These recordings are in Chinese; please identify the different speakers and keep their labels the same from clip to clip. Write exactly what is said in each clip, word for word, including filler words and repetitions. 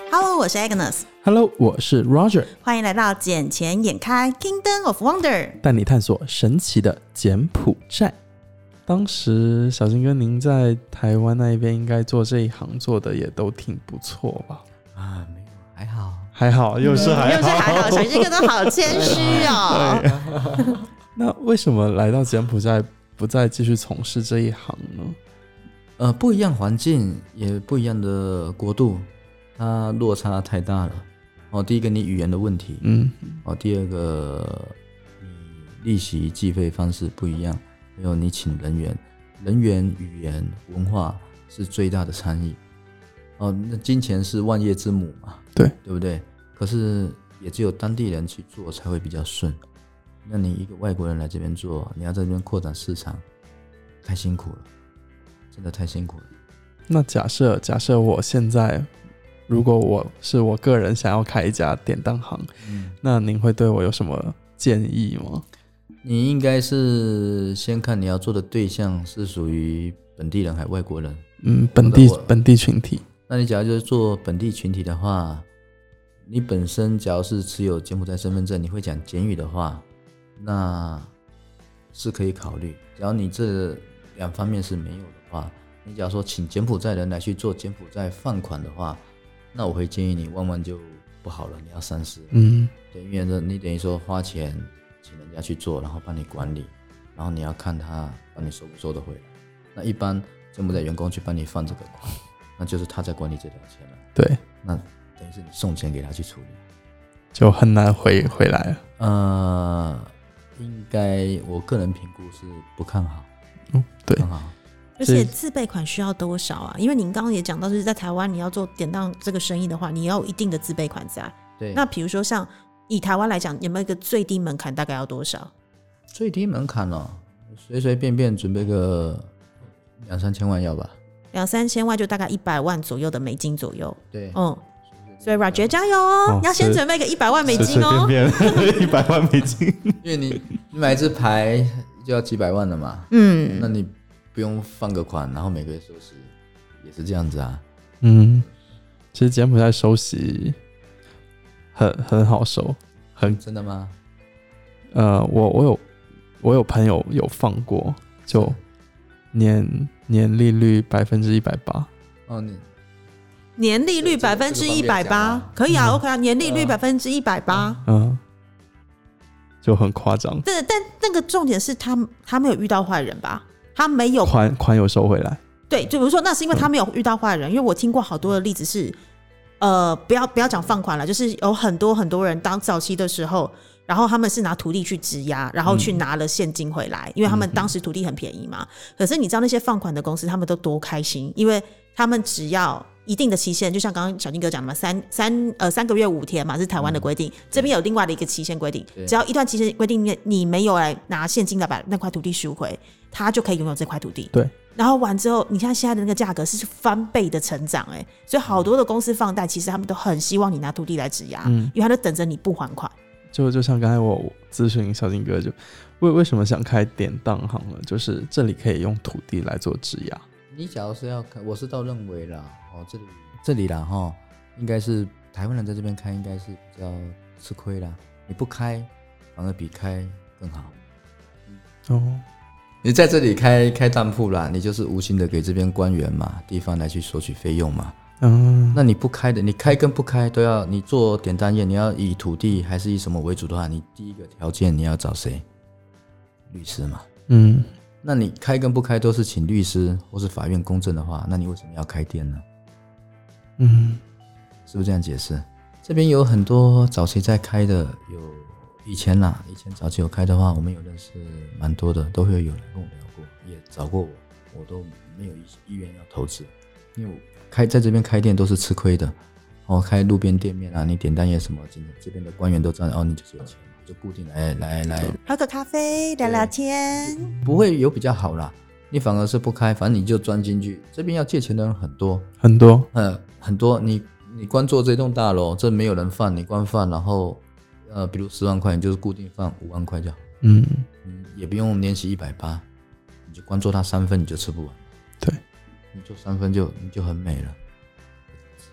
Speaker 1: Hello， 我是 Agnes。Hello，
Speaker 2: 我是 Roger。
Speaker 1: 欢迎来到捡钱眼开 Kingdom of Wonder，
Speaker 2: 带你探索神奇的柬埔寨。当时小新哥您在台湾那一边应该做这一行做的也都挺不错吧？
Speaker 3: 啊，没有，还好，
Speaker 2: 还好，又是还好，
Speaker 1: 又是还好，小新哥都好谦虚哦。
Speaker 2: 那为什么来到柬埔寨不再继续从事这一行呢？
Speaker 3: 呃，不一样环境，也不一样的国度，它落差太大了。哦，第一个你语言的问题，嗯，哦，第二个你利息计费方式不一样，还有你请人员，人员、语言、文化是最大的差异。哦，那金钱是万业之母嘛，
Speaker 2: 对，
Speaker 3: 对不对？可是也只有当地人去做才会比较顺。那你一个外国人来这边做，你要在这边扩展市场，太辛苦了，真的太辛苦了。
Speaker 2: 那假设假设我现在，如果我是我个人想要开一家典当行，嗯，那您会对我有什么建议吗？
Speaker 3: 你应该是先看你要做的对象是属于本地人还是外国人。
Speaker 2: 嗯，本地本地群体。
Speaker 3: 那你假如就是做本地群体的话，你本身假如是持有柬埔寨身份证，你会讲柬语的话，那是可以考虑。只要你这两方面是没有的话，你假如说请柬埔寨人来去做柬埔寨放款的话，那我会建议你万万就不好了，你要三思。嗯，对，因为你等于说花钱请人家去做，然后帮你管理，然后你要看他帮你收不收得回来。那一般柬埔寨员工去帮你放这个款，那就是他在管理这条钱了。
Speaker 2: 对，
Speaker 3: 那等于是你送钱给他去处理，
Speaker 2: 就很难回回来了。
Speaker 3: 呃，应该我个人评估是不看好。
Speaker 2: 嗯，对，
Speaker 3: 不看好。
Speaker 1: 而且自备款需要多少啊？因为您刚刚也讲到，就是在台湾你要做典当这个生意的话，你要有一定的自备款在。
Speaker 3: 对。
Speaker 1: 那比如说像以台湾来讲，有没有一个最低门槛大概要多少？
Speaker 3: 最低门槛哦，随随便便准备个两三千万要吧？
Speaker 1: 两三千万就大概一百万左右的美金左右。
Speaker 3: 对，
Speaker 1: 嗯。所以 Roger 加油哦！哦要先准备个一百万美金哦，
Speaker 2: 一百万美金，
Speaker 3: 因为你你买一支牌就要几百万了嘛。嗯，那你不用放个款，然后每个月收息，也是这样子啊。
Speaker 2: 嗯，其实柬埔寨收息很很好收，很
Speaker 3: 真的吗？
Speaker 2: 呃，我我有我有朋友有放过，就年年利率百分之一百八。
Speaker 3: 哦，你。
Speaker 1: 年利率百分之一百八，可以啊、嗯、，OK 啊，年利率百分之一百八，
Speaker 2: 嗯，就很夸张。
Speaker 1: 对，但那个重点是他他没有遇到坏人吧？他没有
Speaker 2: 款款有收回来。
Speaker 1: 对，就比如说那是因为他没有遇到坏人、嗯，因为我听过好多的例子是，呃，不要不要讲放款了，就是有很多很多人当早期的时候，然后他们是拿土地去质押，然后去拿了现金回来、嗯，因为他们当时土地很便宜嘛。可是你知道那些放款的公司，他们都多开心，因为他们只要一定的期限，就像刚刚小金哥讲的嘛，三三呃三个月五天嘛，是台湾的规定、嗯。这边有另外的一个期限规定，只要一段期限规定你没有来拿现金来把那块土地赎回，他就可以拥有这块土地。
Speaker 2: 对。
Speaker 1: 然后完之后，你看现在的那个价格是翻倍的成长，哎，所以好多的公司放贷，其实他们都很希望你拿土地来质押、嗯，因为他都等着你不还款。
Speaker 2: 就就像刚才我咨询小金哥，就为为什么想开典当行了，就是这里可以用土地来做质押。
Speaker 3: 你假如是要开，我是倒认为啦，哦，这里这里啦，哈，应该是台湾人在这边开，应该是比较吃亏啦。你不开，反而比开更好。哦，你在这里开开当铺啦，你就是无形的给这边官员嘛、地方来去索取费用嘛。嗯，那你不开的，你开跟不开都要，你做典当业，你要以土地还是以什么为主的话，你第一个条件你要找谁？律师嘛。嗯。那你开跟不开都是请律师或是法院公证的话，那你为什么要开店呢？嗯，是不是这样解释？这边有很多早期在开的，有以前啦，以前早期有开的话，我们有认识蛮多的，都会有人跟我聊过，也找过我，我都没有意愿要投资，因为我开在这边开店都是吃亏的。哦，开路边店面啊，你点单也什么，这边的官员都知道，哦，你就是有钱。就固定来来来
Speaker 1: 喝个咖啡聊聊天，
Speaker 3: 不会有比较好啦，你反而是不开，反正你就钻进去，这边要借钱的人很多
Speaker 2: 很多，
Speaker 3: 呃很多，你你光做这栋大楼，这没有人放，你光放，然后呃比如十万块，你就是固定放五万块就好，嗯，也不用年息一百八，你就光做它三分你就吃不完，
Speaker 2: 对，
Speaker 3: 你做三分就你就很美了，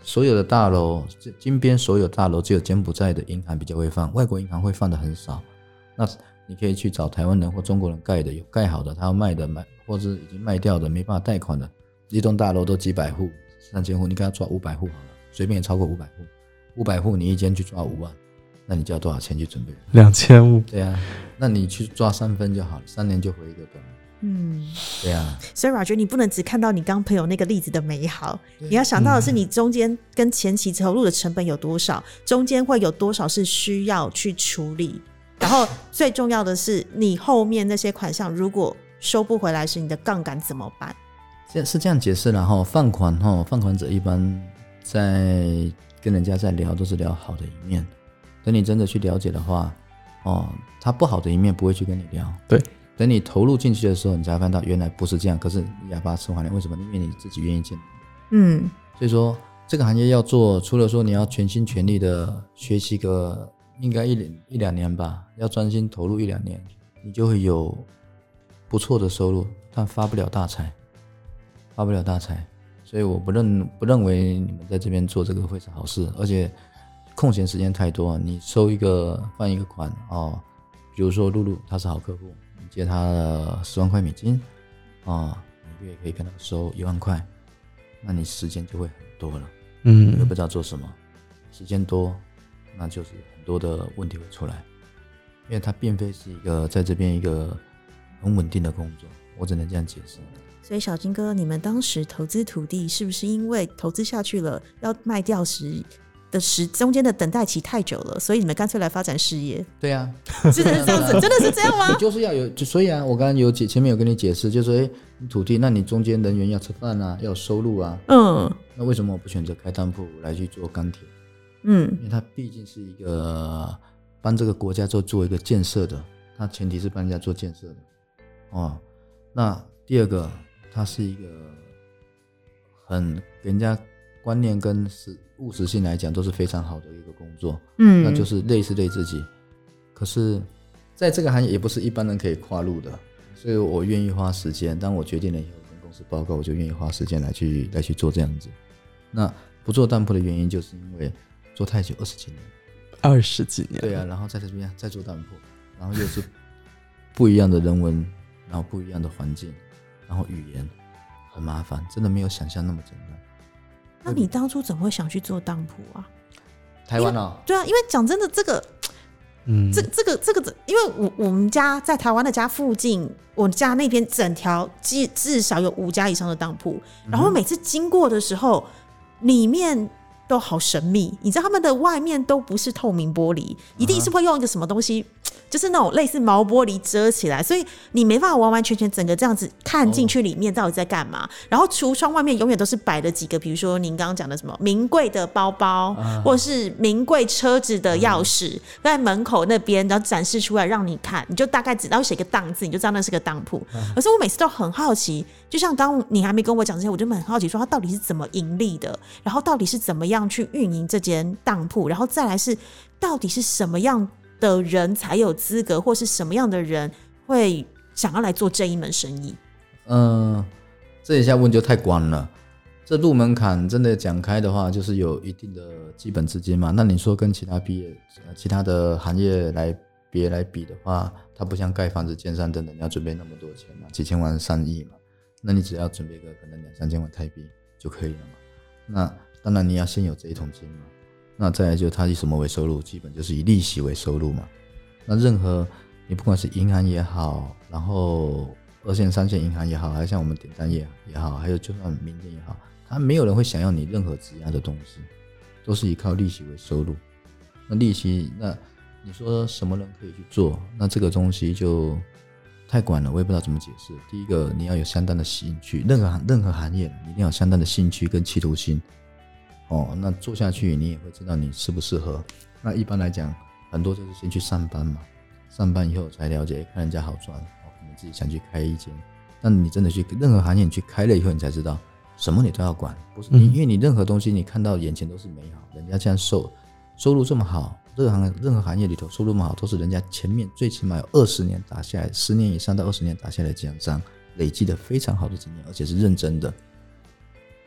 Speaker 3: 所有的大楼，金边所有大楼只有柬埔寨的银行比较会放，外国银行会放的很少。那你可以去找台湾人或中国人盖的，有盖好的，他要卖的卖，或者已经卖掉的没办法贷款的，一栋大楼都几百户、三千户，你给他抓五百户好了，随便也超过五百户，五百户你一间去抓五万，那你就要多少钱去准备？
Speaker 2: 两千五。
Speaker 3: 对啊，那你去抓三分就好了，三年就回一个本。
Speaker 1: 嗯，
Speaker 3: 对啊。
Speaker 1: 所以 Roger 你不能只看到你刚朋友那个例子的美好，你要想到的是你中间跟前期投入的成本有多少，中间会有多少是需要去处理，然后最重要的是你后面那些款项如果收不回来时，你的杠杆怎么办？
Speaker 3: 是这样解释啦齁，放款齁，放款者一般在跟人家在聊都是聊好的一面，等你真的去了解的话，哦，他不好的一面不会去跟你聊。
Speaker 2: 对，
Speaker 3: 等你投入进去的时候，你才发现到原来不是这样。可是你哑巴吃黄连，为什么？因为你自己愿意进。
Speaker 1: 嗯，
Speaker 3: 所以说这个行业要做，除了说你要全心全力的学习个应该一一两年吧，要专心投入一两年，你就会有不错的收入，但发不了大财。发不了大财，所以我不认不认为你们在这边做这个会是好事，而且空闲时间太多，你收一个放一个款哦，比如说露露他是好客户，你借他十万块美金哦，每个月可以跟他收一万块，那你时间就会很多了，嗯，你会不知道做什么，时间多，那就是很多的问题会出来，因为它并非是一个在这边一个很稳定的工作，我只能这样解释。
Speaker 1: 所以小金哥，你们当时投资土地是不是因为投资下去了要卖掉时的时中间的等待期太久了，所以你们干脆来发展事业？
Speaker 3: 对啊，
Speaker 1: 真的是这样子，真的是这样吗？
Speaker 3: 你就是要有，所以啊，我刚刚有前面有跟你解释，就是说，哎，你土地，那你中间人员要吃饭啊，要有收入啊，嗯，那为什么我不选择开当铺来去做钢铁？嗯，因为它毕竟是一个帮这个国家做做一个建设的，它前提是帮人家做建设的，哦，那第二个。它是一个很给人家观念跟务实性来讲都是非常好的一个工作，嗯，那就是累是累自己，可是在这个行业也不是一般人可以跨入的，所以我愿意花时间，当我决定了以后跟公司报告，我就愿意花时间来去来去做这样子。那不做当铺的原因就是因为做太久，二十几年，
Speaker 2: 二十几年，
Speaker 3: 对啊，然后在这边再做当铺，然后又是不一样的人文，然后不一样的环境。然后语言很麻烦，真的没有想象那么简单。
Speaker 1: 那你当初怎么会想去做当铺啊？
Speaker 3: 台湾啊？
Speaker 1: 对啊，因为讲真的，这个，嗯，这这个这个，因为我我们家在台湾的家附近，我家那边整条至至少有五家以上的当铺，然后每次经过的时候，里面都好神秘，你知道他们的外面都不是透明玻璃，一定是会用一个什么东西。就是那种类似毛玻璃遮起来，所以你没办法完完全全整个这样子看进去里面到底在干嘛。然后橱窗外面永远都是摆了几个，比如说您刚刚讲的什么名贵的包包，啊、或者是名贵车子的钥匙，啊、在门口那边，然后展示出来让你看，你就大概知道写个当字，你就知道那是个当铺。啊、可是我每次都很好奇，就像刚你还没跟我讲之前，我就很好奇说他到底是怎么盈利的，然后到底是怎么样去运营这间当铺，然后再来是到底是什么样的人才有资格，或是什么样的人会想要来做这一门生意？
Speaker 3: 嗯、呃，这一下问就太广了。这入门槛真的讲开的话，就是有一定的基本资金嘛。那你说跟其他毕业、其他的行业来别来比的话，它不像盖房子、建商等等，你要准备那么多钱嘛，几千万、上亿嘛。那你只要准备个可能两三千万台币就可以了嘛。那当然你要先有这一桶金嘛。那再来就它以什么为收入？基本就是以利息为收入嘛。那任何你不管是银行也好，然后二线三线银行也好，还有像我们典当业也好，还有就算民间也好，他没有人会想要你任何质押的东西，都是依靠利息为收入。那利息，那你说什么人可以去做？那这个东西就太广了，我也不知道怎么解释。第一个，你要有相当的兴趣，任何任何行业你一定要有相当的兴趣跟企图心。哦，那做下去你也会知道你适不适合。那一般来讲，很多就是先去上班嘛，上班以后才了解，看人家好赚，哦，可能自己想去开一间。但你真的去任何行业你去开了以后，你才知道什么你都要管，不是你，因为你任何东西你看到眼前都是美好，人家这样收收入这么好，任何任何行业里头收入这么好，都是人家前面最起码有二十年打下来，十年以上到二十年打下来的奖章，累积的非常好的经验，而且是认真的。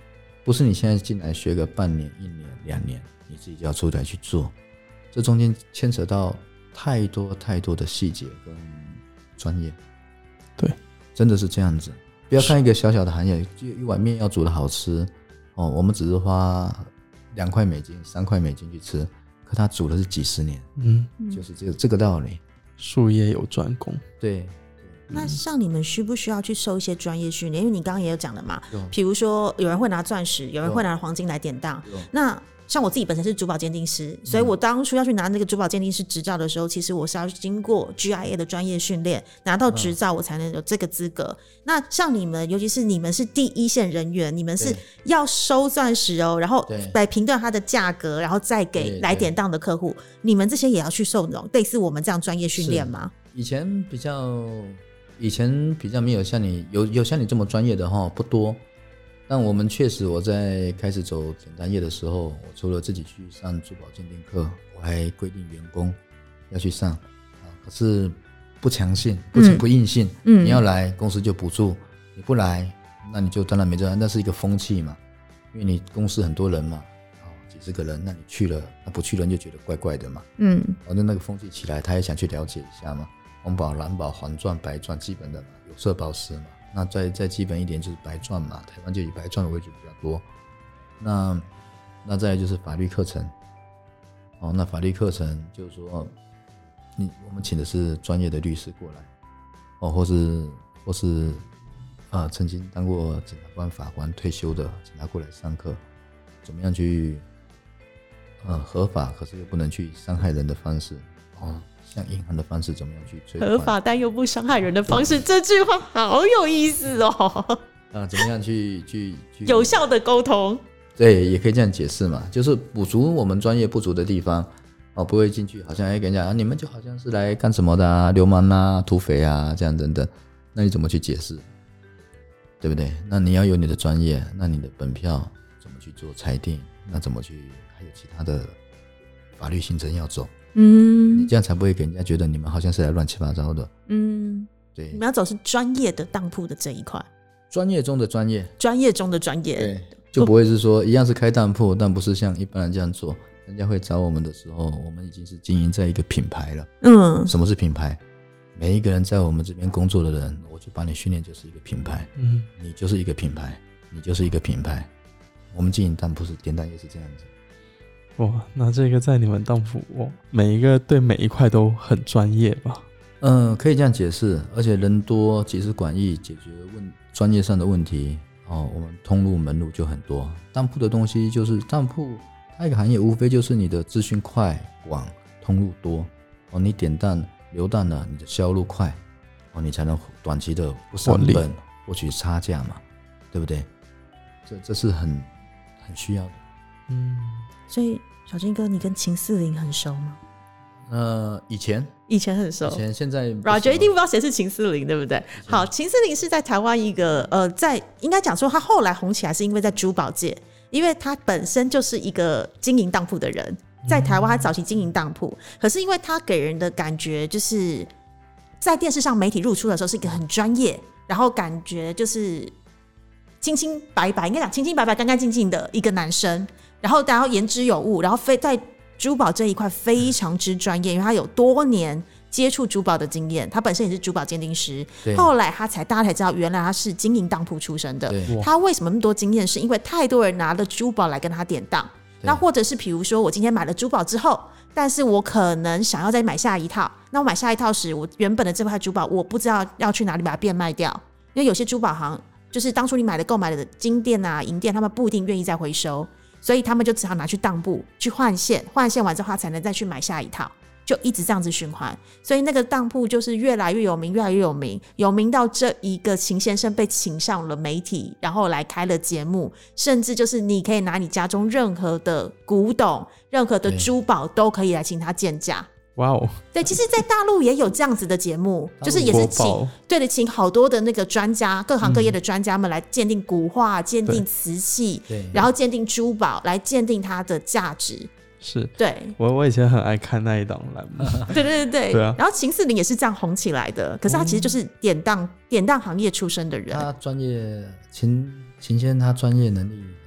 Speaker 3: 不是你现在进来学个半年、一年、两年，你自己就要出来去做。这中间牵扯到太多太多的细节跟专业。
Speaker 2: 对，
Speaker 3: 真的是这样子。不要看一个小小的行业，就一碗面要煮的好吃哦，我们只是花两块美金、三块美金去吃，可他煮的是几十年，嗯，就是这个这个道理。
Speaker 2: 术业有专攻，
Speaker 3: 对。
Speaker 1: 那像你们需不需要去受一些专业训练？因为你刚刚也有讲了嘛，比如说有人会拿钻石，有人会拿黄金来典当。那像我自己本身是珠宝鉴定师，所以我当初要去拿那个珠宝鉴定师执照的时候，其实我是要经过 G I A 的专业训练，拿到执照我才能有这个资格。那像你们，尤其是你们是第一线人员，你们是要收钻石哦，然后来评断它的价格，然后再给来典当的客户。你们这些也要去受那种类似我们这样专业训练吗？
Speaker 3: 以前比较。以前比较没有像你有有像你这么专业的哈，不多。但我们确实，我在开始走简单业的时候，我除了自己去上珠宝鉴定课，我还规定员工要去上啊。可是不强性，不不硬性，嗯，你要来公司就补助，你不来，那你就当然没这样，那是一个风气嘛。因为你公司很多人嘛，啊，几十个人，那你去了，那不去了你就觉得怪怪的嘛，嗯，反正那个风气起来，他也想去了解一下嘛。红宝、蓝宝、黄钻、白钻，基本的嘛，有色宝石嘛。那再再基本一点就是白钻嘛，台湾就以白钻的为主比较多。那那再来就是法律课程，哦，那法律课程就是说，你我们请的是专业的律师过来，哦，或是或是啊、呃，曾经当过检察官、法官退休的，请他过来上课，怎么样去呃合法，可是又不能去伤害人的方式，哦。像银行的方式怎么样去追
Speaker 1: 合法但又不伤害人的方式，这句话好有意思哦。
Speaker 3: 啊，怎么样去去去
Speaker 1: 有效的沟通？
Speaker 3: 对，也可以这样解释嘛，就是补足我们专业不足的地方哦，不会进去好像哎跟人家、啊、你们就好像是来干什么的啊，流氓啊、土匪啊这样等等，那你怎么去解释？对不对？那你要有你的专业，那你的本票怎么去做裁定？那怎么去还有其他的法律行程要走？嗯，你这样才不会给人家觉得你们好像是来乱七八糟的。嗯，对，
Speaker 1: 你们要走是专业的当铺的这一块，
Speaker 3: 专业中的专业，
Speaker 1: 专业中的专业，
Speaker 3: 对，就不会是说一样是开当铺，但不是像一般人这样做。人家会找我们的时候，我们已经是经营在一个品牌了。嗯，什么是品牌？每一个人在我们这边工作的人，我就把你训练就是一个品牌。嗯，你就是一个品牌，你就是一个品牌。我们经营当铺是典当也是这样子。
Speaker 2: 哇，那这个在你们当铺，哇，每一个对每一块都很专业吧？
Speaker 3: 嗯，可以这样解释，而且人多，集思广益，解决问专业上的问题哦。我们通路门路就很多。当铺的东西就是当铺，它一个行业无非就是你的资讯快、广、通路多哦。你典当流当了，你的销路快哦，你才能短期的不伤本获取差价嘛，对不对？这这是很很需要的。嗯。
Speaker 1: 所以小金哥，你跟秦四零很熟吗？
Speaker 3: 呃，以前
Speaker 1: 以前很熟，
Speaker 3: 以前现在
Speaker 1: Roger 一定不知道谁是秦四零，对不对？好，秦四零是在台湾一个呃，在应该讲说他后来红起来是因为在珠宝界，因为他本身就是一个经营当铺的人，在台湾他早期经营当铺，可是因为他给人的感觉就是在电视上媒体露出的时候是一个很专业，然后感觉就是清清白白，应该讲清清白白、干干净净的一个男生。然后然后言之有物，然后非在珠宝这一块非常之专业，因为他有多年接触珠宝的经验，他本身也是珠宝鉴定师，后来他才大家才知道原来他是经营当铺出身的。他为什么那么多经验，是因为太多人拿了珠宝来跟他典当，那或者是比如说我今天买了珠宝之后，但是我可能想要再买下一套，那我买下一套时，我原本的这块珠宝我不知道要去哪里把它变卖掉，因为有些珠宝行就是当初你买的购买的金店啊银店，他们不一定愿意再回收，所以他们就只好拿去当铺去换线，换线完之后他才能再去买下一套，就一直这样子循环。所以那个当铺就是越来越有名，越来越有名，有名到这一个秦先生被请上了媒体，然后来开了节目，甚至就是你可以拿你家中任何的古董、任何的珠宝都可以来请他鉴价。
Speaker 2: 哇哦！
Speaker 1: 对，其实在大陆也有这样子的节目，就是也是请对的，请好多的那个专家，各行各业的专家们来鉴定古画、鉴定瓷器，然后鉴定珠宝，来鉴定它的价值。
Speaker 2: 是，
Speaker 1: 对，
Speaker 2: 我我以前很爱看那一档栏目。
Speaker 1: 对对对对，
Speaker 2: 对啊。
Speaker 1: 然后秦四零也是这样红起来的，可是他其实就是典当、嗯、典当行业出身的人。
Speaker 3: 他专业秦秦先生他专业能力很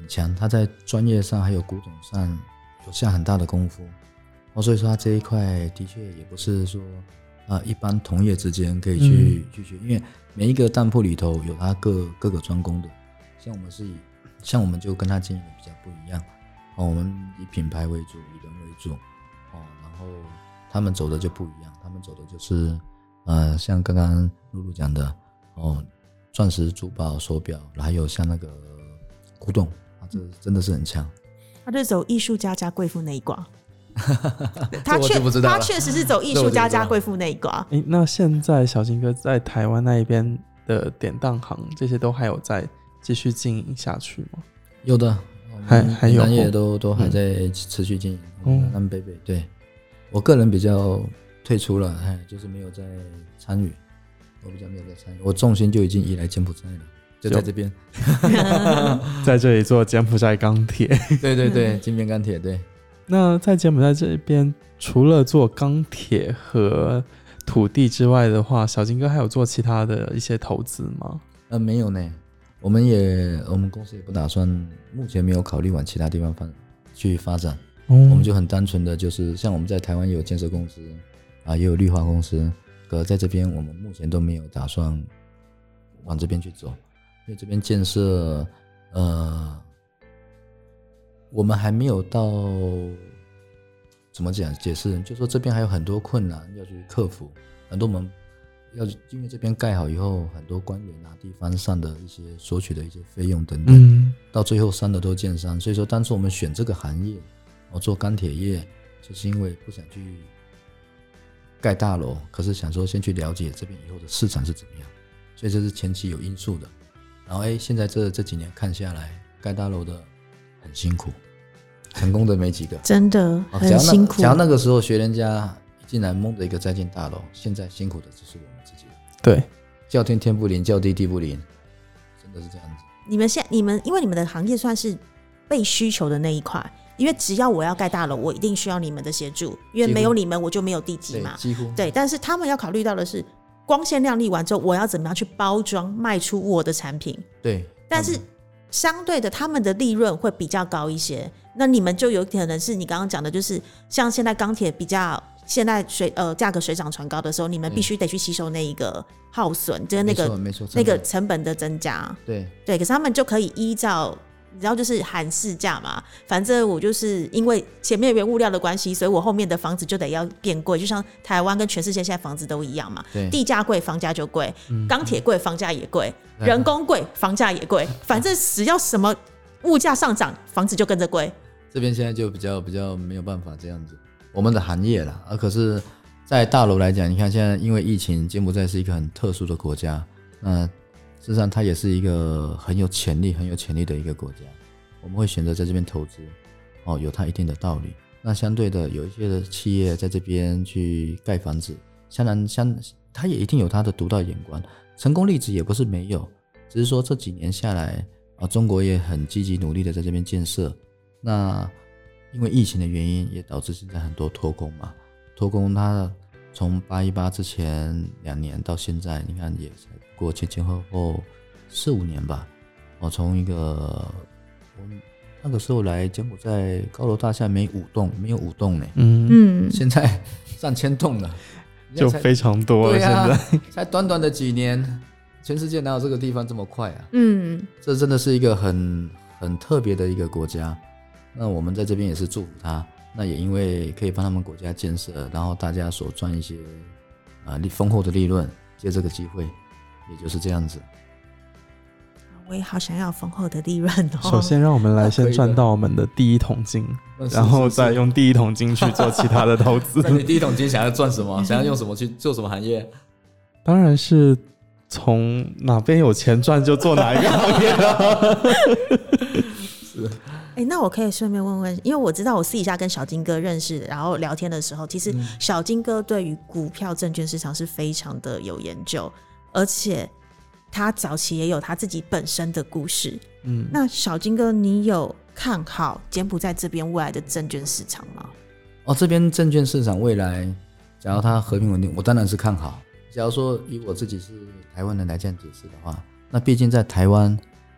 Speaker 3: 很强，他在专业上还有古董上有下很大的功夫。哦，所以说他这一块的确也不是说呃一般同业之间可以去、嗯、去学，因为每一个当铺里头有他各各个专攻的，像我们是以像我们就跟他经营的比较不一样。哦，我们以品牌为主，以人为主。哦，然后他们走的就不一样，他们走的就是呃，像刚刚露露讲的哦，钻石、珠宝、手表，还有像那个古董，啊，这真的是很强。
Speaker 1: 他就走艺术家加贵妇那一挂。他确他确实是走艺术家加贵妇那一挂。
Speaker 2: 欸，那现在小金哥在台湾那一边的典当行，这些都还有在继续经营下去吗？
Speaker 3: 有的。
Speaker 2: 还还有
Speaker 3: 南也都都还在持续经营，南南北北。对，我个人比较退出了，哎，就是没有在参与，我比较没有在参与，我重心就已经移来柬埔寨了，就在这边，
Speaker 2: 在这里做柬埔寨钢铁。
Speaker 3: 对对对，金边钢铁。对。
Speaker 2: 那在柬埔寨这边，除了做钢铁和土地之外的话，小金哥还有做其他的一些投资吗？
Speaker 3: 呃，没有呢。我们也，我们公司也不打算，目前没有考虑往其他地方发去发展。嗯、我们就很单纯的，就是像我们在台湾也有建设公司啊，也有绿化公司，可在这边我们目前都没有打算往这边去走，因为这边建设，呃，我们还没有到怎么讲解释，就说这边还有很多困难要去克服，很多我们。要因为这边盖好以后，很多官员啊、地方上的一些索取的一些费用等等，嗯、到最后伤的都建商。所以说，当初我们选这个行业，我做钢铁业，就是因为不想去盖大楼，可是想说先去了解这边以后的市场是怎么样，所以这是前期有因素的。然后哎，现在这这几年看下来，盖大楼的很辛苦，成功的没几个，
Speaker 1: 真的很辛苦。
Speaker 3: 只要那个时候学人家。进来蒙着一个再建大楼，现在辛苦的只是我们自己。
Speaker 2: 对，
Speaker 3: 叫天天不灵，叫地地不灵，真的是这样子。
Speaker 1: 你们现你们因为你们的行业算是被需求的那一块，因为只要我要盖大楼，我一定需要你们的协助，因为没有你们我就没有地基嘛。
Speaker 3: 几乎
Speaker 1: 对，但是他们要考虑到的是，光鲜亮丽完之后，我要怎么样去包装卖出我的产品？
Speaker 3: 对，
Speaker 1: 但是相对的，他们的利润会比较高一些。那你们就有可能是你刚刚讲的，就是像现在钢铁比较。现在水呃价格水涨船高的时候，你们必须得去吸收那一个耗损，就是那个那个成本的增加。
Speaker 3: 对
Speaker 1: 对，可是他们就可以依照，你知道就是喊市价嘛，反正我就是因为前面原物料的关系，所以我后面的房子就得要变贵，就像台湾跟全世界现在房子都一样嘛，地价贵房价就贵，钢铁贵房价也贵，嗯、人工贵房价也贵，反正只要什么物价上涨，房子就跟着贵。
Speaker 3: 这边现在就比较比较没有办法这样子。我们的行业啦，而可是，在大楼来讲，你看现在因为疫情，柬埔寨是一个很特殊的国家，那事实上它也是一个很有潜力、很有潜力的一个国家。我们会选择在这边投资，哦，有它一定的道理。那相对的，有一些的企业在这边去盖房子，当然相它也一定有它的独到眼光，成功例子也不是没有，只是说这几年下来，啊，中国也很积极努力的在这边建设，那。因为疫情的原因，也导致现在很多脱工嘛。脱工它从八一八之前两年到现在，你看也才过前前后后四五年吧。我从一个我那个时候来柬埔寨高楼大厦没五栋，没有五栋呢。嗯，现在上千栋了，
Speaker 2: 就非常多了。现在、
Speaker 3: 啊、才短短的几年，全世界哪有这个地方这么快啊？嗯，这真的是一个很很特别的一个国家。那我们在这边也是祝福他，那也因为可以帮他们国家建设，然后大家所赚一些啊丰厚的利润，借这个机会，也就是这样子。
Speaker 1: 我也好想要丰厚的利润哦。
Speaker 2: 首先，让我们来先赚到我们的第一桶金，然后再用第一桶金去做其他的投资。
Speaker 3: 那你第一桶金想要赚什么？想要用什么去做什么行业？
Speaker 2: 当然是从哪边有钱赚就做哪一个行业了。
Speaker 3: 是。
Speaker 1: 欸、那我可以顺便问问，因为我知道我私底下跟小金哥认识，然后聊天的时候，其实小金哥对于股票证券市场是非常的有研究，而且他早期也有他自己本身的故事。嗯，那小金哥，你有看好柬埔寨这边未来的证券市场吗？
Speaker 3: 哦，这边证券市场未来，假如它和平稳定，我当然是看好。假如说以我自己是台湾人来这样解释的话，那毕竟在台湾。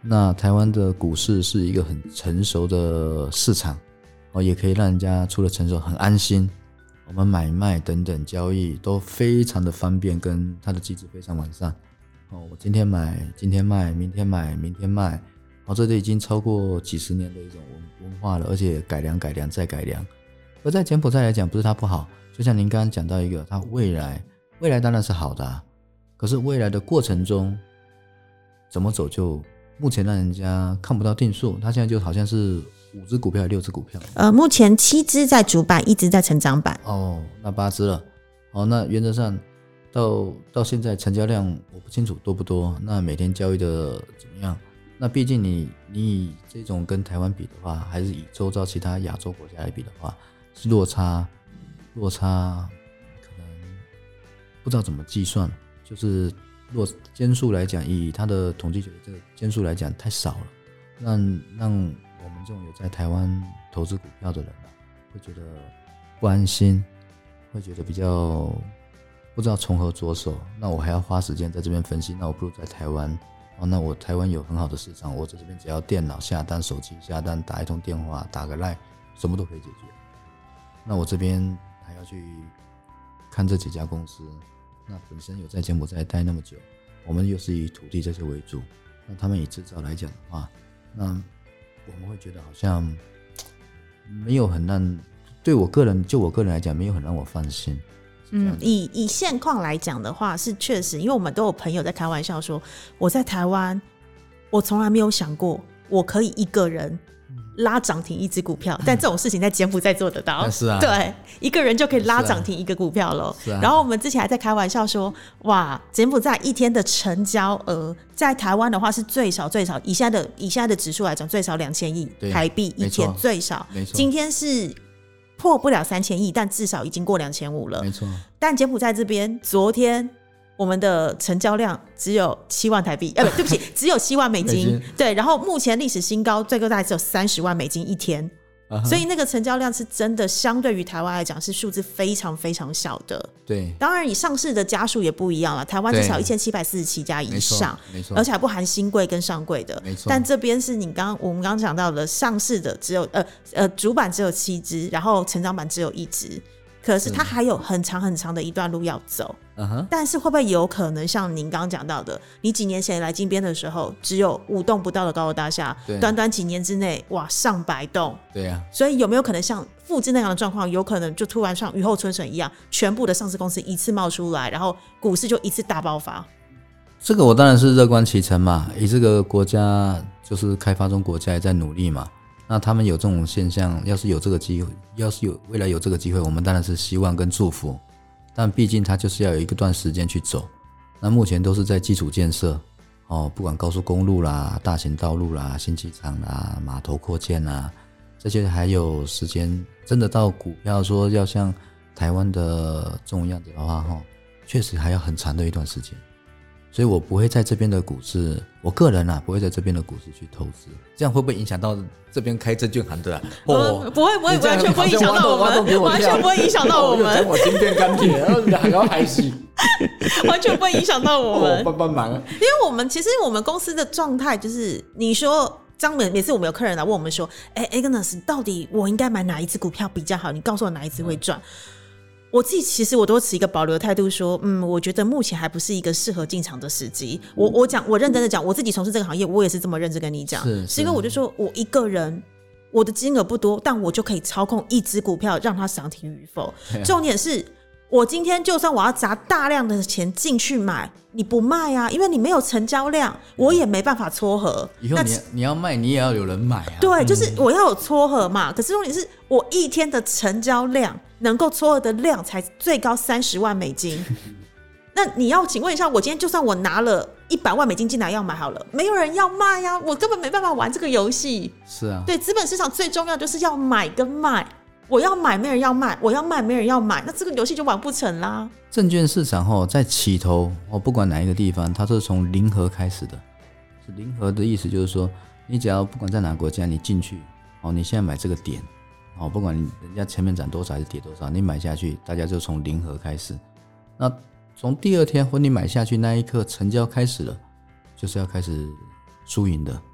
Speaker 3: 那台湾的股市是一个很成熟的市场，哦，也可以让人家除了成熟很安心，我们买卖等等交易都非常的方便，跟它的机制非常完善。哦，我今天买，今天卖，明天买，明天卖，哦，这都已经超过几十年的一种文文化了，而且改良、改良再改良。而在柬埔寨来讲，不是它不好，就像您刚刚讲到一个，它未来未来当然是好的啊，可是未来的过程中怎么走就。目前让人家看不到定数，它现在就好像是五只股票、六只股票。
Speaker 1: 呃，目前七只在主板，一只在成长板。
Speaker 3: 哦，那八只了。哦，那原则上到到现在成交量我不清楚多不多，那每天交易的怎么样？那毕竟你你以这种跟台湾比的话，还是以周遭其他亚洲国家来比的话，是落差落差可能不知道怎么计算，就是。若间数来讲，以它的统计学这个间数来讲太少了，让让我们这种有在台湾投资股票的人、啊、会觉得不安心，会觉得比较不知道从何着手。那我还要花时间在这边分析，那我不如在台湾、哦、那我台湾有很好的市场，我在这边只要电脑下单、手机下单、打一通电话、打个 LINE， 什么都可以解决。那我这边还要去看这几家公司。那本身有在柬埔寨待那么久，我们又是以土地这些为主，那他们以制造来讲的话，那我们会觉得好像没有很让，对我个人就我个人来讲没有很让我放心。
Speaker 1: 嗯，以以现况来讲的话是确实，因为我们都有朋友在开玩笑说，我在台湾我从来没有想过我可以一个人拉涨停一只股票，但这种事情在柬埔寨做得到。
Speaker 3: 是啊，
Speaker 1: 对，一个人就可以拉涨停一个股票了。
Speaker 3: 是啊。
Speaker 1: 然后我们之前还在开玩笑说，哇，柬埔寨一天的成交额在台湾的话是最少最少，以现在的以现在的指数来讲，最少两千亿台币一天最少。
Speaker 3: 没错。
Speaker 1: 今天是破不了三千亿，但至少已经过两千五了。
Speaker 3: 没错。
Speaker 1: 但柬埔寨这边昨天。我们的成交量只有七万台币，呃，对不起，只有七万美金。美金对，然后目前历史新高，最高大概只有三十万美金一天， uh-huh. 所以那个成交量是真的，相对于台湾来讲是数字非常非常小的。对，当然以上市的家数也不一样了，台湾至少一千七百四十七家以上，没错，而且还不含新贵跟上柜的，没错。但这边是你刚我们刚刚讲到的，上市的只有呃呃主板只有七只，然后成长板只有一只。可是它还有很长很长的一段路要走、uh-huh. 但是会不会有可能像您刚刚讲到的，你几年前来金边的时候只有五栋不到的高楼大厦，短短几年之内哇上百栋，对啊，所以有没有可能像复制那样的状况，有可能就突然像雨后春笋一样，全部的上市公司一次冒出来，然后股市就一次大爆发？
Speaker 3: 这个我当然是乐观其成嘛，以这个国家就是开发中国家也在努力嘛，那他们有这种现象，要是有这个机会，要是有未来有这个机会，我们当然是希望跟祝福，但毕竟它就是要有一段时间去走。那目前都是在基础建设哦，不管高速公路啦、大型道路啦、新机场啦、码头扩建啦，这些还有时间。真的到股票说要像台湾的这种样子的话，哈，确实还要很长的一段时间。所以我不会在这边的股市，我个人啊不会在这边的股市去投资，这样会不会影响到这边开证券行的、啊
Speaker 1: 哦、不会不会，完全不会影响到我们，完全不会影响到我们。
Speaker 3: 讲我晶片钢铁，然后你还要海洗，
Speaker 1: 完全不会影响到我们。
Speaker 3: 帮帮忙，
Speaker 1: 因为我们其实我们公司的状态就是，你说张每每次我们有客人来问我们说，哎 Agnes 到底我应该买哪一只股票比较好？你告诉我哪一只会赚。嗯，我自己其实我都持一个保留的态度说，嗯，我觉得目前还不是一个适合进场的时机。我我讲，我认真的讲，我自己从事这个行业，我也是这么认真跟你讲，是, 是因为我就说我一个人，我的金额不多，但我就可以操控一只股票让它涨停与否。啊、重点是我今天就算我要砸大量的钱进去买，你不卖啊，因为你没有成交量，我也没办法撮合。
Speaker 3: 以后 你, 你要卖，你也要有人买啊。
Speaker 1: 对，就是我要有撮合嘛。可是重点是我一天的成交量能够撮合的量才最高三十万美金。那你要请问一下，我今天就算我拿了一百万美金进来要买好了，没有人要卖呀、啊，我根本没办法玩这个游戏。
Speaker 3: 是啊，对，
Speaker 1: 资本市场最重要就是要买跟卖。我要买没人要卖，我要卖没人要买，那这个游戏就玩不成啦。
Speaker 3: 证券市场后在起头，不管哪一个地方，它都是从零和开始的。零和的意思就是说，你只要不管在哪个国家，你进去，你现在买这个点，不管人家前面涨多少还是跌多少，你买下去，大家就从零和开始。那从第二天或你买下去那一刻，成交开始了，就是要开始输赢的。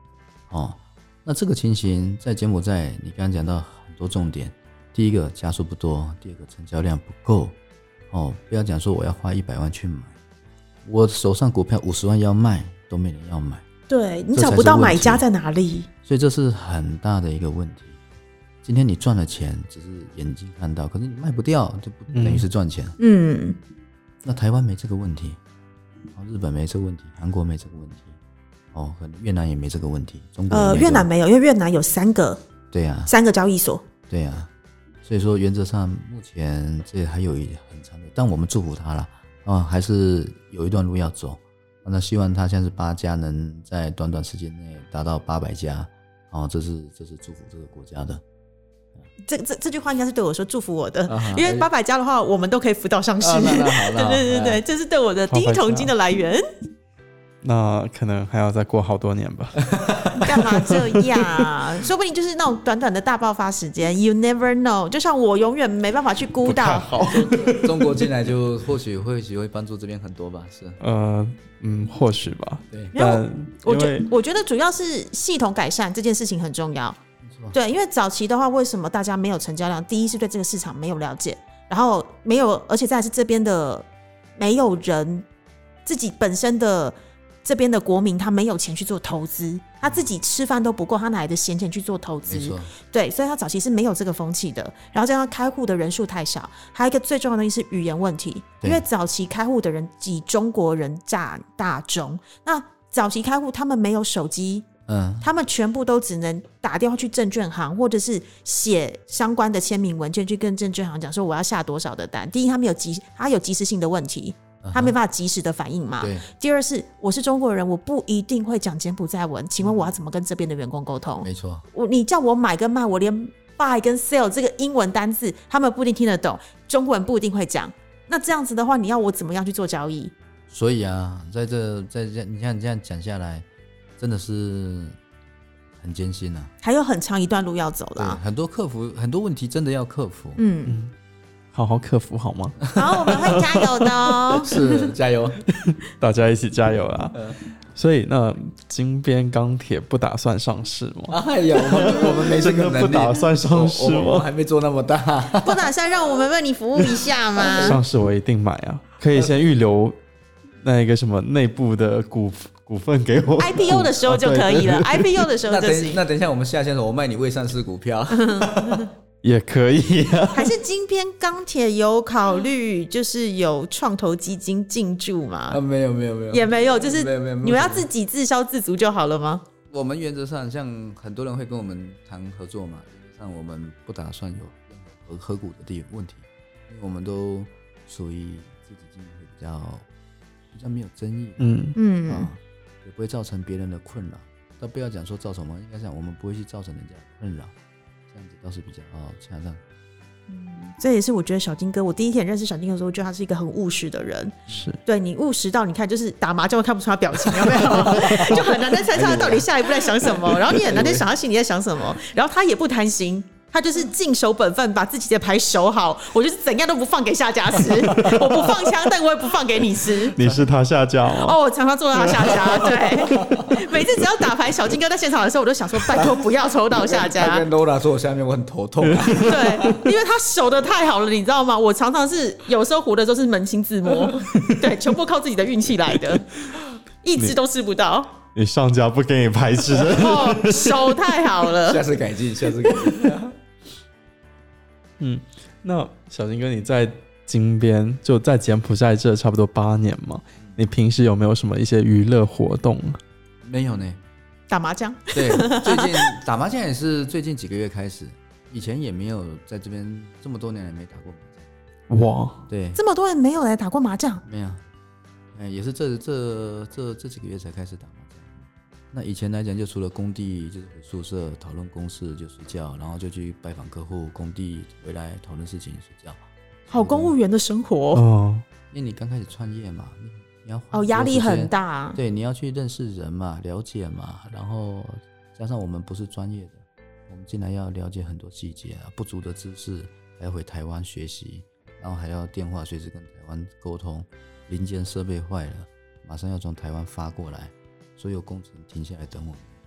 Speaker 3: 哦。那这个情形在柬埔寨，你刚刚讲到很多重点，第一个家数不多，第二个成交量不够哦。不要讲说我要花一百万去买，我手上股票五十万要卖都没人要买，
Speaker 1: 对，你找不到买家在哪里，
Speaker 3: 所以这是很大的一个问题。今天你赚了钱，只是眼睛看到，可是你卖不掉，就不等于是赚钱。嗯，那台湾没这个问题，日本没这个问题，韩国没这个问题，哦，可能越南也没这个问题，中国也没这个问题。呃，
Speaker 1: 越南没有，因为越南有三个，
Speaker 3: 对啊，
Speaker 1: 三个交易所，
Speaker 3: 对啊，所以说原则上目前这还有一很长的，但我们祝福他了啊，还是有一段路要走。那希望他现在是八家，能在短短时间内达到八百家，哦，这是这是祝福这个国家的。
Speaker 1: 这这这句话应该是对我说祝福我的，啊、因为八百家的话，我们都可以扶到上市。啊、
Speaker 3: 那那好
Speaker 1: 对对对对，这是对我的第一桶金的来源。
Speaker 2: 那可能还要再过好多年吧。
Speaker 1: 干嘛这样？说不定就是那种短短的大爆发时间 ，You never know。就像我永远没办法去估到。
Speaker 3: 中国进来就或许或许会帮助这边很多吧？是。
Speaker 2: 呃嗯，或许吧。
Speaker 3: 对。
Speaker 2: 但
Speaker 1: 我觉我觉得主要是系统改善这件事情很重要。对，因为早期的话，为什么大家没有成交量？第一是对这个市场没有了解，然后没有，而且再来是这边的没有人自己本身的这边的国民，他没有钱去做投资，他自己吃饭都不够，他哪来的闲钱去做投资？对，所以他早期是没有这个风气的。然后加上开户的人数太少，还有一个最重要的东西是语言问题，因为早期开户的人以中国人占大宗，那早期开户他们没有手机。嗯，他们全部都只能打电话去证券行，或者是写相关的签名文件去跟证券行讲说我要下多少的单。第一，他们有及他有及时性的问题，他没办法及时的反应嘛。第二是我是中国人，我不一定会讲柬埔寨文，请问我要怎么跟这边的员工沟通？
Speaker 3: 没错，
Speaker 1: 我你叫我买跟卖，我连 buy 跟 sell 这个英文单字他们不一定听得懂，中国人不一定会讲。那这样子的话，你要我怎么样去做交易？
Speaker 3: 所以啊，在这在这你看你这样讲下来。真的是很艰辛啊，
Speaker 1: 还有很长一段路要走啦。
Speaker 3: 很多克服，很多问题真的要克服。
Speaker 1: 嗯
Speaker 2: 嗯，好好克服好吗？
Speaker 1: 好，我们会加油的哦。
Speaker 3: 是，加油，
Speaker 2: 大家一起加油啦！所以那金边钢铁不打算上市吗？
Speaker 3: 哎呀，我们我们没这个能力，
Speaker 2: 不打算上市吗？
Speaker 3: 我们还没做那么大，
Speaker 1: 不打算让我们为你服务一下吗？
Speaker 2: 上市我一定买啊！可以先预留那个什么内部的股。股份给我
Speaker 1: I P O 的时候就可以了、啊、I P O 的时候就行。
Speaker 3: 那等一下我们下线的时候我卖你未上市股票
Speaker 2: 也可以啊。
Speaker 1: 还是金边钢铁有考虑就是有创投基金进驻吗？
Speaker 3: 啊，没有没有没有，
Speaker 1: 也没有，就是你们要自己自销自足就好了吗？
Speaker 3: 我们原则上像很多人会跟我们谈合作嘛，原则上我们不打算有任何合股的地问题，因为我们都属于自己经营会比较比较没有争议。
Speaker 2: 嗯
Speaker 1: 嗯。
Speaker 3: 啊也不会造成别人的困扰，但不要讲说造成嘛，应该讲我们不会去造成人家的困扰，这样子倒是比较恰当。
Speaker 1: 嗯，这也是我觉得小金哥，我第一天认识小金哥的时候，我觉得他是一个很务实的人。
Speaker 2: 是，
Speaker 1: 对你务实到你看，就是打麻将看不出他表情，有没有？就很难在猜测他到底下一步在想什么，然后你很难在想他心里在想什么，然后他也不贪心。他就是尽守本分，把自己的牌守好。我就是怎样都不放给下家吃，我不放枪，但我也不放给你吃。
Speaker 2: 你是他下家吗？
Speaker 1: 哦，我常常做到他下家。对，每次只要打牌，小金哥在现场的时候，我都想说，拜托不要抽到下家。
Speaker 3: 他跟 Lola 坐我下面，我很头痛、啊。
Speaker 1: 对，因为他守得太好了，你知道吗？我常常是有时候胡的时候是扪心自摸，对，全部靠自己的运气来的，一直都吃不到。
Speaker 2: 你上家不给你牌吃的
Speaker 1: 哦，手太好了，
Speaker 3: 下次改进，下次改进。
Speaker 2: 嗯，那小金哥你在金边就在柬埔寨这差不多八年嘛，你平时有没有什么一些娱乐活动？
Speaker 3: 没有呢，
Speaker 1: 打麻将。
Speaker 3: 对，最近打麻将也是最近几个月开始，以前也没有在这边这么多年来没打过麻
Speaker 2: 将。哇，
Speaker 3: 对，
Speaker 1: 这么多人没有来打过麻将？
Speaker 3: 没有，哎，也是这这这这几个月才开始打麻将。那以前来讲，就除了工地就是回宿舍讨论公事就睡觉，然后就去拜访客户，工地回来讨论事情睡觉。
Speaker 1: 好公务员的生活
Speaker 2: 哦，
Speaker 3: 因为你刚开始创业嘛，你你要
Speaker 1: 哦压力很大、啊，
Speaker 3: 对，你要去认识人嘛，了解嘛，然后加上我们不是专业的，我们进来要了解很多细节啊，不足的知识还要回台湾学习，然后还要电话随时跟台湾沟通，零件设备坏了，马上要从台湾发过来。所有工程停下来等我们，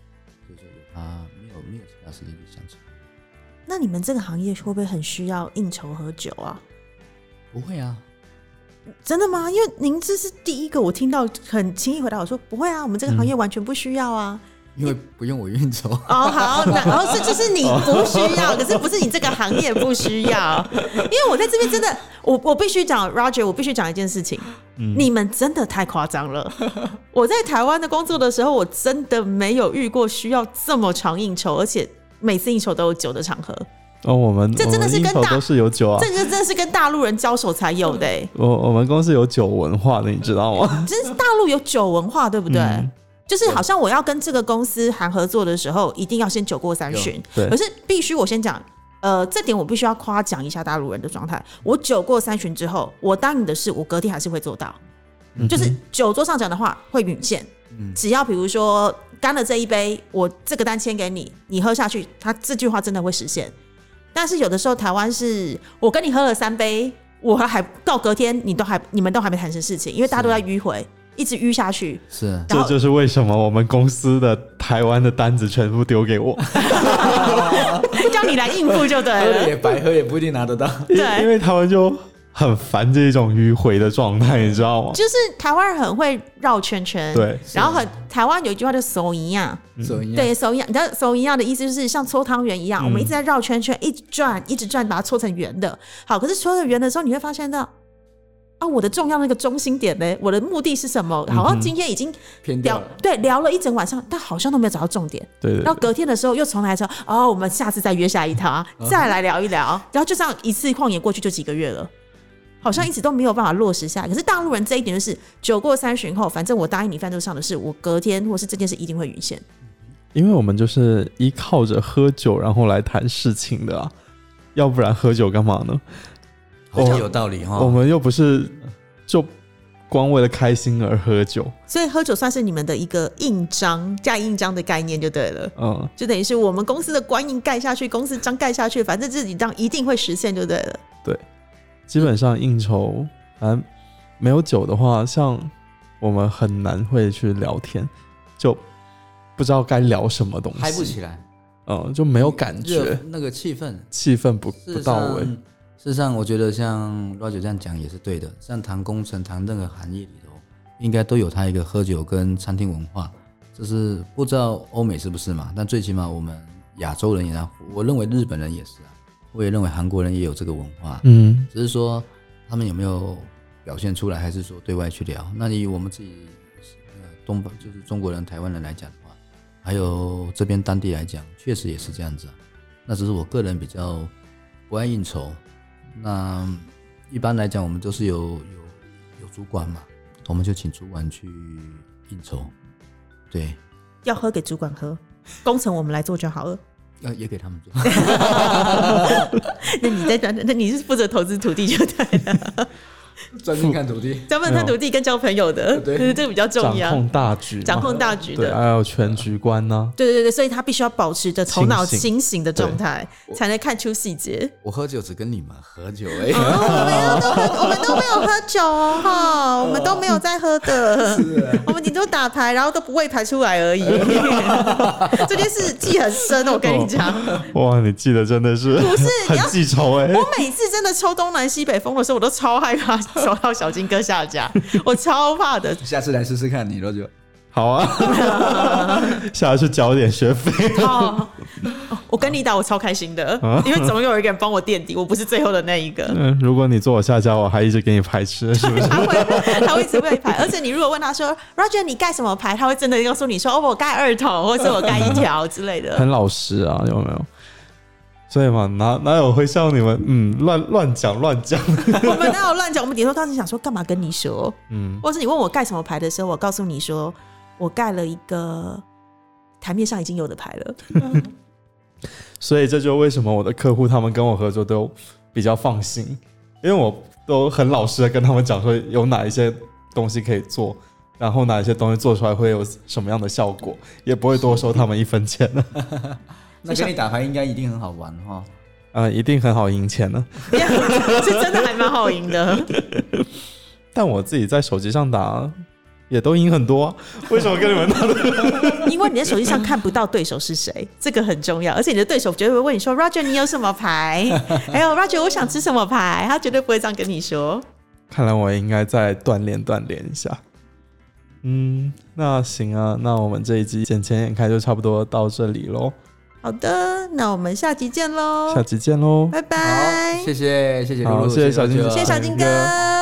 Speaker 3: 所以说有它没有没有其他时间去相处。
Speaker 1: 那你们这个行业会不会很需要应酬喝酒啊？
Speaker 3: 不会啊。
Speaker 1: 真的吗？因为您这是第一个我听到很轻易回答我说不会啊，我们这个行业完全不需要啊。嗯
Speaker 3: 因为不用我应酬
Speaker 1: 哦，好，然后是就是你不需要，可是不是你这个行业不需要。因为我在这边真的，我我必须讲 Roger， 我必须讲一件事情、嗯，你们真的太夸张了。我在台湾的工作的时候，我真的没有遇过需要这么长应酬，而且每次应酬都有酒的场合。
Speaker 2: 哦，我们
Speaker 1: 这真的是跟大
Speaker 2: 都是有酒啊，
Speaker 1: 这个真的是跟大陆人交手才有的、欸。
Speaker 2: 我我们公司有酒文化的，你知道吗？
Speaker 1: 就是大陆有酒文化，对不对？嗯，就是好像我要跟这个公司谈合作的时候，一定要先酒过三巡。可是必须我先讲，呃，这点我必须要夸奖一下大陆人的状态。我酒过三巡之后，我答应的事，我隔天还是会做到。嗯、就是酒桌上讲的话会允现、嗯，只要比如说干了这一杯，我这个单签给你，你喝下去，他这句话真的会实现。但是有的时候台湾是我跟你喝了三杯，我还到隔天你都还你们都还没谈成事情，因为大家都在迂回。一直淤下去，
Speaker 3: 是，
Speaker 2: 这就是为什么我们公司的台湾的单子全部丢给我，
Speaker 1: 叫你来应付就对了。
Speaker 3: 喝了也白喝，也不一定拿得到。
Speaker 1: 对，
Speaker 2: 因为台湾就很烦这种迂回的状态，你知道吗？
Speaker 1: 就是台湾人很会绕圈圈，
Speaker 2: 对。
Speaker 1: 然后很台湾有一句话叫手一样，
Speaker 3: 手一样，
Speaker 1: 对，手一样。你知道手一样的意思就是像搓汤圆一样、嗯，我们一直在绕圈圈，一直转，一直转，把它搓成圆的。好，可是搓成圆的时候，你会发现到。啊，我的重要那个中心点呢？我的目的是什么？好像今天已经
Speaker 3: 偏掉了，
Speaker 1: 对，聊了一整晚上，但好像都没有找到重点。
Speaker 2: 对, 对, 对，
Speaker 1: 然后隔天的时候又重来说，哦，我们下次再约下一趟，再来聊一聊，然后就这样一次旷野过去就几个月了，好像一直都没有办法落实下来。可是大陆人这一点就是酒过三巡后，反正我答应你饭桌上的事，我隔天或是这件事一定会允现。
Speaker 2: 因为我们就是依靠着喝酒然后来谈事情的啊，要不然喝酒干嘛呢？
Speaker 3: 好像有道理哈、哦。
Speaker 2: 我们又不是就光为了开心而喝酒，
Speaker 1: 所以喝酒算是你们的一个印章加印章的概念就对了。嗯，就等于是我们公司的官印盖下去，公司章盖下去，反正这几张一定会实现就对了。
Speaker 2: 对，基本上应酬，反正没有酒的话，像我们很难会去聊天，就不知道该聊什么东西，
Speaker 3: 嗨不起来。
Speaker 2: 嗯，就没有感觉，
Speaker 3: 那个气氛，
Speaker 2: 气氛不不到位。
Speaker 3: 事实上，我觉得像 Roger 这样讲也是对的。像谈工程、谈任何行业里头，应该都有他一个喝酒跟餐厅文化。这是不知道欧美是不是嘛？但最起码我们亚洲人也，我认为日本人也是啊，我也认为韩国人也有这个文化。嗯，只是说他们有没有表现出来，还是说对外去聊？那以我们自己东就是中国人、台湾人来讲的话，还有这边当地来讲，确实也是这样子啊。那只是我个人比较不爱应酬。那一般来讲，我们都是有有有主管嘛，我们就请主管去应酬。对，
Speaker 1: 要喝给主管喝，工程我们来做就好了。
Speaker 3: 要也给他们做。
Speaker 1: 那你在那你是负责投资土地就对了。
Speaker 3: 专门看土地，
Speaker 1: 专门看土地跟交朋友的，对，这个比较重要。
Speaker 2: 掌控大局，
Speaker 1: 掌控大局的，
Speaker 2: 对，还有全局观呢、啊。
Speaker 1: 对对对，所以他必须要保持着头脑清醒的状态，才能看出细节。
Speaker 3: 我喝酒只跟你们喝酒而已、
Speaker 1: 哦，我们都没有喝酒哦，哈，我们都没有在喝的，我们顶多打牌，然后都不喂牌出来而已。这件事记很深，我跟你讲。
Speaker 2: 哇，你记得真的是
Speaker 1: 不是
Speaker 2: 很记仇哎、欸！
Speaker 1: 我每次真的抽东南西北风的时候，我都超害怕。收到小金哥下架，我超怕的。
Speaker 3: 下次来试试看，你都就
Speaker 2: 好啊，下次交点学费。
Speaker 1: 哦，我跟你打，我超开心的，因为总有一个人帮我垫底，我不是最后的那一个。
Speaker 2: 嗯，如果你做我下家，我还一直给你排斥，是不是？
Speaker 1: 他会，他会一直被排。而且你如果问他说 ，Roger 你盖什么牌，他会真的告诉你说，哦，我盖二筒，或者我盖一条之类的。
Speaker 2: 很老实啊，有没有？所以嘛，哪哪有会像你们嗯乱乱讲乱讲？
Speaker 1: 我们哪有乱讲？我们顶多当时想说干嘛跟你说？嗯，或是你问我盖什么牌的时候，我告诉你说我盖了一个台面上已经有的牌了。
Speaker 2: 所以这就为什么我的客户他们跟我合作都比较放心，因为我都很老实的跟他们讲说有哪一些东西可以做，然后哪一些东西做出来会有什么样的效果，也不会多收他们一分钱的。
Speaker 3: 那跟你打牌应该一定很好玩哈、哦，
Speaker 2: 呃，一定很好赢钱呢，
Speaker 1: 是真的还蛮好赢的。
Speaker 2: 但我自己在手机上打， 也都赢很多啊，为什么跟你们打的？
Speaker 1: 因为你在手机上看不到对手是谁，这个很重要。而且你的对手绝对会问你说 ：“Roger， 你有什么牌？”还有 Roger， 我想吃什么牌？他绝对不会这样跟你说。
Speaker 2: 看来我应该再锻炼锻炼一下。嗯，那行啊，那我们这一集捡钱眼开就差不多到这里咯。
Speaker 1: 好的，那我们下集见喽！
Speaker 2: 下集见喽，
Speaker 1: 拜拜。
Speaker 3: 好，谢谢谢谢露露，
Speaker 2: 好谢谢小金
Speaker 1: 谢谢小金哥。